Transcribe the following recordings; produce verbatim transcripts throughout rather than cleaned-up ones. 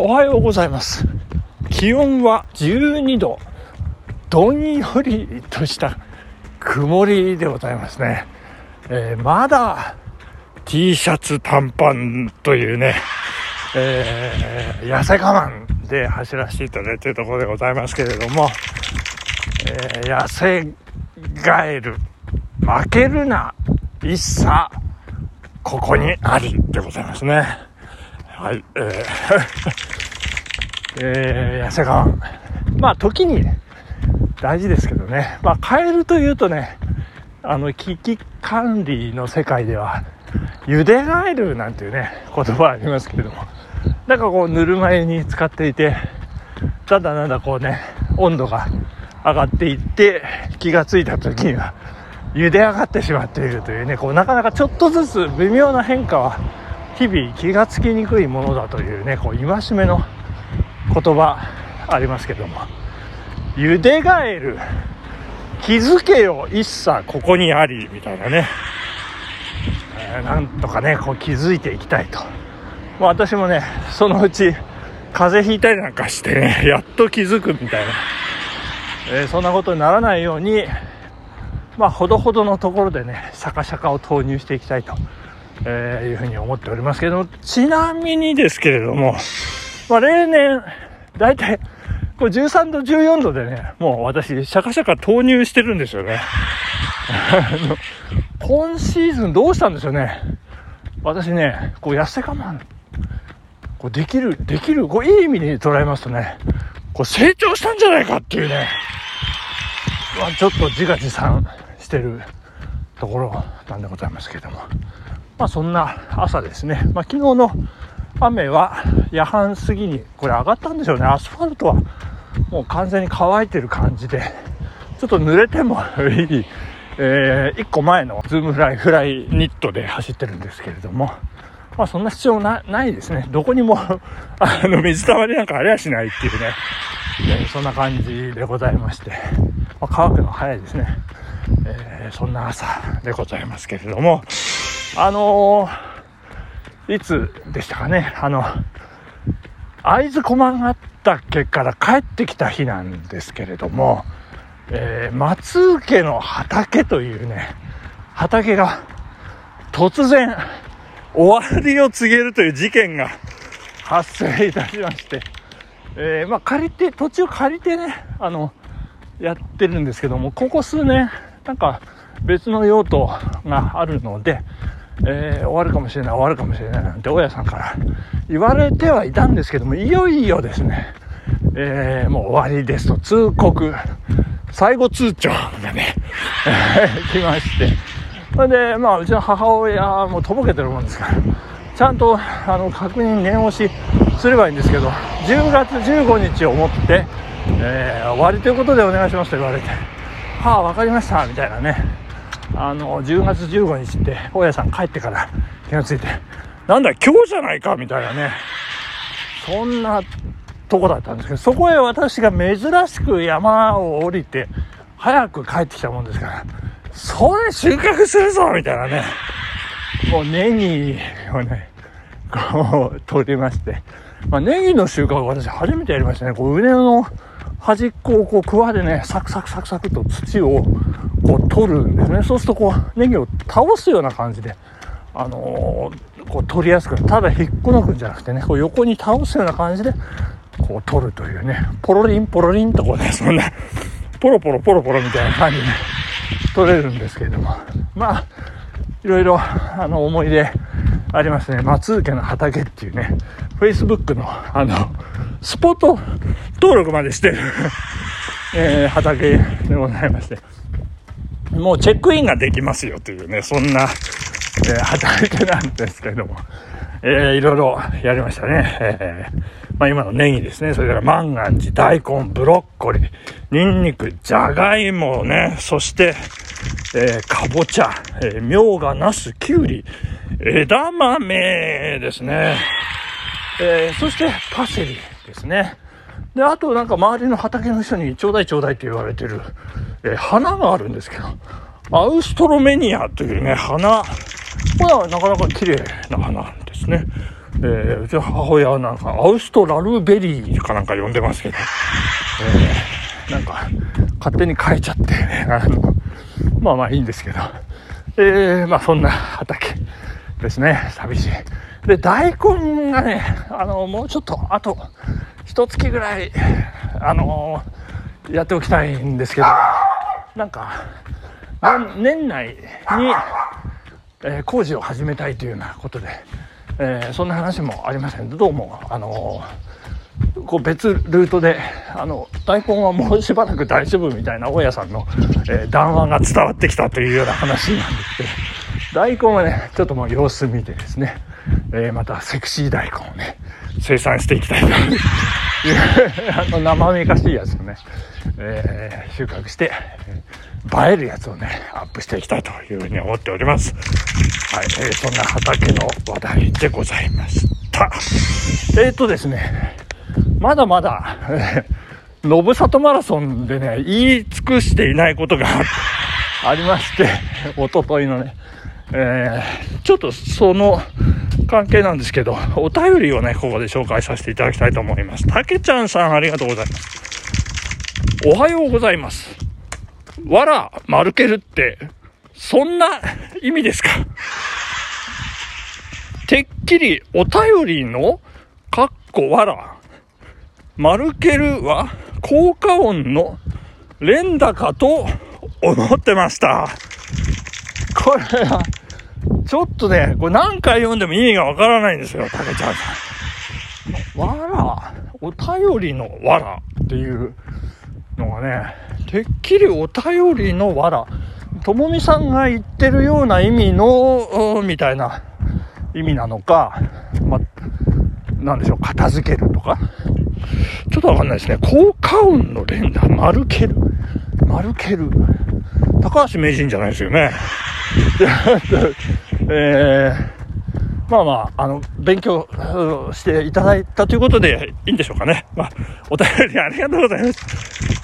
おはようございます。気温はじゅうにど、どんよりとした曇りでございますね。えー、まだ T シャツ短パンというね、えー、痩せ我慢で走らせていただいているところでございますけれども、えー、痩せガエル負けるな一茶ここにありでございますね。はい、えーえー、痩せ我慢、まあ時に大事ですけどね。まあカエルというとね、あの危機管理の世界ではゆでガエルなんていうね言葉ありますけれども、なんかこうぬるま湯に使っていて、だんだんだんだんこうね温度が上がっていって、気がついた時には茹で上がってしまっているというね、こうなかなかちょっとずつ微妙な変化は日々気がつきにくいものだというね、こう戒めの言葉ありますけども、茹でガエル気づけよ一茶ここにありみたいなね、えー、なんとかねこう気づいていきたいと。まあ、私もねそのうち風邪ひいたりなんかしてね、やっと気づくみたいな、えー、そんなことにならないように、まあほどほどのところでねシャカシャカを投入していきたいと、えー、いうふうに思っておりますけども、ちなみにですけれども、まあ、例年だいたいこれじゅうさんどじゅうよんどでね、もう私シャカシャカ投入してるんですよね。今シーズンどうしたんでしょうね。私ねこう痩せ我慢こうできるできるこういい意味に捉えますとね、こう成長したんじゃないかっていうね、まあ、ちょっと自画自賛してるところなんでございますけれども、まあそんな朝ですね。まあ昨日の雨は夜半過ぎにこれ上がったんでしょうね。アスファルトはもう完全に乾いてる感じで、ちょっと濡れてもいい、えー、いっこまえのズームフライフライニットで走ってるんですけれども、まあそんな必要 な, ないですね。どこにもあの水たまりなんかありゃしないっていうね、えー、そんな感じでございまして、まあ、乾くの早いですね。えー、そんな朝でございますけれども、あのー、いつでしたかね、あの会津駒ヶ岳から帰ってきた日なんですけれども、えー、松家の畑というね畑が突然終わりを告げるという事件が発生いたしまして、えー、まあ借りて土地を借りてねあのやってるんですけども、ここ数年なんか別の用途があるので、えー、終わるかもしれない終わるかもしれないなんて大家さんから言われてはいたんですけども、いよいよですね、えー、もう終わりですと通告最後通帳がね来まして、それでまあうちの母親もとぼけてるもんですからちゃんとあの確認念押しすればいいんですけど、じゅうがつじゅうごにちをもって、えー、終わりということでお願いしますと言われて、はあ分かりましたみたいなね、あのじゅうがつじゅうごにちって大家さん帰ってから気がついて、なんだ今日じゃないかみたいなね、そんなとこだったんですけど、そこへ私が珍しく山を降りて早く帰ってきたもんですから、それ収穫するぞみたいなね、もうネギをねこう取りまして、まあ、ネギの収穫を私初めてやりましたね。こう畝の端っこをこうクワでねサクサクサクサクと土をこう取るんですね。そうするとこうネギを倒すような感じで、あのー、こう取りやすく、ただ引っこ抜くんじゃなくてね、こう横に倒すような感じでこう取るというね、ポロリンポロリンとこうね、そんなポロポロポロポロみたいな感じで取れるんですけれども、まあいろいろあの思い出ありますね。松家の畑っていうね Facebook のあのスポット登録までしてる、えー、畑でございまして、もうチェックインができますよというね、そんな、えー、畑なんですけれども、えー、いろいろやりましたね。えーまあ、今のネギですね、それから万願寺、大根、ブロッコリー、ニンニク、じゃがいもね、そして、えー、かぼちゃ、えー、みょうが、なす、きゅうり、枝豆ですね、えー、そしてパセリですね。であとなんか周りの畑の人にちょうだいちょうだいって言われてる、えー、花があるんですけど、アウストロメニアというね花、これはなかなか綺麗な花ですね。 えー、うちの母親はなんかアウストラルベリーかなんか呼んでますけど、えー、なんか勝手に変えちゃってね、あのまあまあいいんですけど、えー、まあそんな畑ですね。寂しい。で、大根がね、あのもうちょっとあと一月ぐらいあのー、やっておきたいんですけど、なんか年内に、えー、工事を始めたいというようなことで、えー、そんな話もありません。どうもあのー、こう別ルートであの大根はもうしばらく大丈夫みたいな大家さんの、えー、談話が伝わってきたというような話なんですけど、大根はねちょっともう様子見てですね、えー、またセクシー大根をね生産していきたいというあの生めかしいやつをね、えー、収穫して、えー、映えるやつをねアップしていきたいというふうに思っております。はい、えー、そんな畑の話題でございました。えーとですねまだまだ、えー、のぶさとマラソンでね言い尽くしていないことがありまして、おとといのね、えー、ちょっとその関係なんですけど、お便りをねここで紹介させていただきたいと思います。たけちゃんさん、ありがとうございます。おはようございます。わら丸けるってそんな意味ですか？てっきりお便りのかっこわら丸けるは効果音の連打かと思ってました。これはちょっとね、これ何回読んでも意味がわからないんですよ、たけちゃんさん。わら、お便りのわらっていうのがね、てっきりお便りのわら、ともみさんが言ってるような意味の、みたいな意味なのか、ま、なんでしょう、片付けるとか。ちょっとわかんないですね。効果音の連打、丸ける。丸ける。高橋名人じゃないですよね。えー、まあまあ、あの、勉強していただいたということでいいんでしょうかね。まあ、お便りありがとうございます。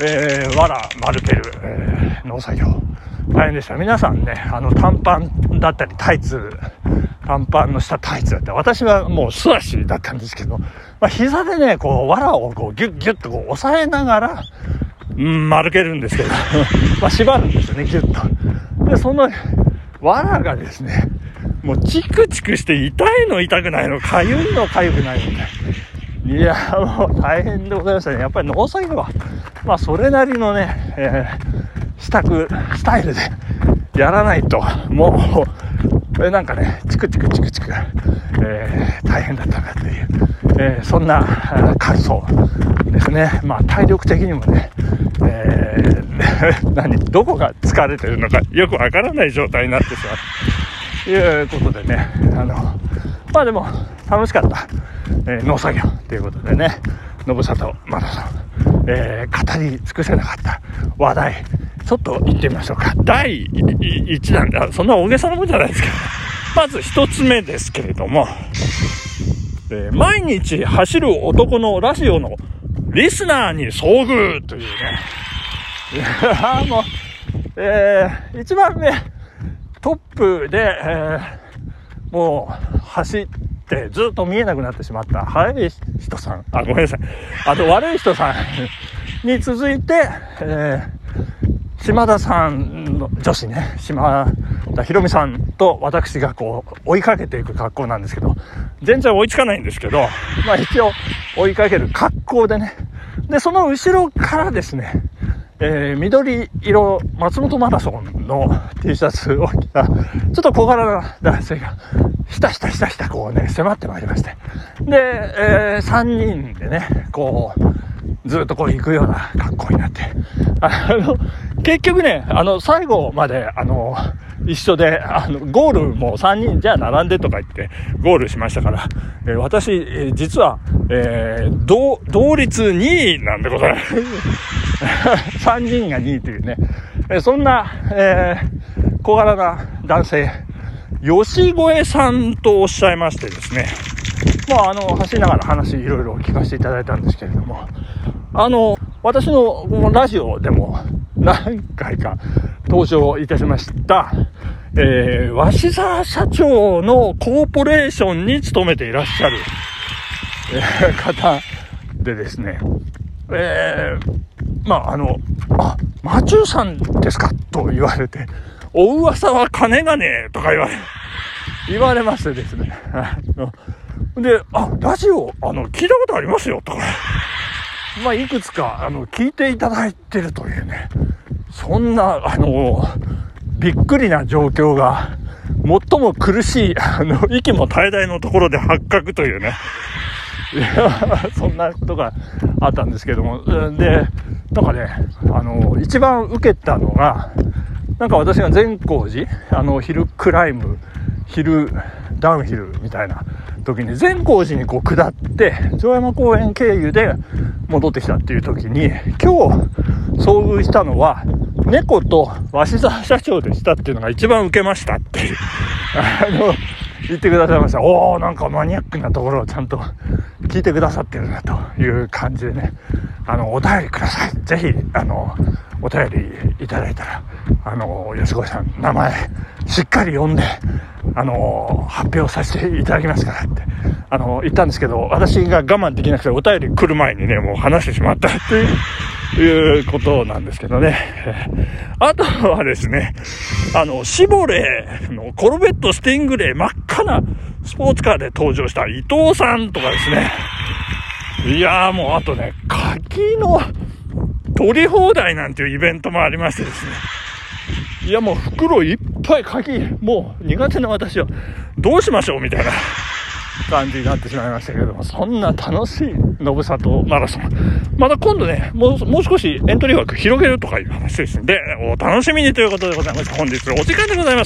えー、わら、丸ける、えー、農作業。大変でした。皆さんね、あの、短パンだったり、タイツ、短パンの下タイツだった。私はもう素足だったんですけど、まあ、膝でね、こう、わらをこう、ギュッギュッとこう、押さえながら、うん、丸けるんですけど、まあ、縛るんですよね、ギュッと。で、その、わらがですね、もうチクチクして痛いの痛くないの、かゆいのかゆくないのね。いや、もう大変でございましたね。やっぱり農作業は、まあ、それなりのね、えー、支度、スタイルでやらないと、もう、えなんかね、チクチクチクチク、えー、大変だったなという、えー、そんな感想ですね。まあ、体力的にもね、えー、何、どこが疲れてるのかよくわからない状態になってしまうということでね、あの、まあでも楽しかった、えー、農作業ということでね、のぶさとマラソン、えー、語り尽くせなかった話題、ちょっと行ってみましょうか。だいいちだんで、そんな大げさなもんじゃないですけど、まず一つ目ですけれども、えー、毎日走る男のラジオのリスナーに遭遇というね、いやもう、えー、一番目トップで、えー、もう走ってずっと見えなくなってしまった早い人さん、あ、ごめんなさい、あと悪い人さんに続いて、えー、島田さんの女子ね、島田ひろみさんと私がこう追いかけていく格好なんですけど、全然追いつかないんですけど、まあ一応追いかける格好でね、でその後ろからですね、えー、緑色松本マラソンの T シャツを着たちょっと小柄な男性がひたひたひたひたこうね迫ってまいりまして、で、えー、さんにんでねこうずっとこう行くような格好になって、あの結局ね、あの最後まであの一緒で、あのゴールもさんにんじゃあ並んでとか言ってゴールしましたから、えー、私、えー、実は、えー、同, 同率にいなんでございますさんにんがにいというね、えー、そんな、えー、小柄な男性吉越さんとおっしゃいましてですね、まああの走りながら話いろいろ聞かせていただいたんですけれども、あの私のラジオでも何回か登場いたしました、 えー、鷲沢社長のコーポレーションに勤めていらっしゃる、えー、方でですね、えー、まあ、あの、あ、マチューさんですかと言われて、お噂は金がねとか言われ、言われましてですね。で、あ、ラジオ、あの、聞いたことありますよとか、まあ、いくつか、あの、聞いていただいてるというね、そんな、あの、びっくりな状況が、最も苦しい、あの、息も絶え絶えのところで発覚というね、いや、そんなことがあったんですけども、で、なんかね、あの、一番受けたのが、なんか私が善光寺、あの、ヒルクライム、ヒル、ダウンヒルみたいな時に、善光寺にこう下って、城山公園経由で戻ってきたっていう時に、今日遭遇したのは、猫と鷲沢社長でしたっていうのが一番受けましたっていう、あの、言ってくださいました。おー、なんかマニアックなところをちゃんと聞いてくださってるなという感じでね、あの、お便りください。ぜひ、あの、お便りいただいたら、あの、吉越さん、名前、しっかり読んで、あの、発表させていただきますからって、あの、言ったんですけど、私が我慢できなくて、お便り来る前にね、もう話してしまったっていう、いうことなんですけどね。あとはですね、あの、シボレーのコルベットスティングレー真っ赤なスポーツカーで登場した伊藤さんとかですね。いやーもうあとね、柿の取り放題なんていうイベントもありましてですね。いやもう袋いっぱい柿、もう苦手な私はどうしましょうみたいな感じになってしまいましたけれども、そんな楽しい信里マラソン。また今度ね、もう、もう少しエントリー枠広げるとかいう話ですんで、お楽しみにということでございます。本日お時間でございます。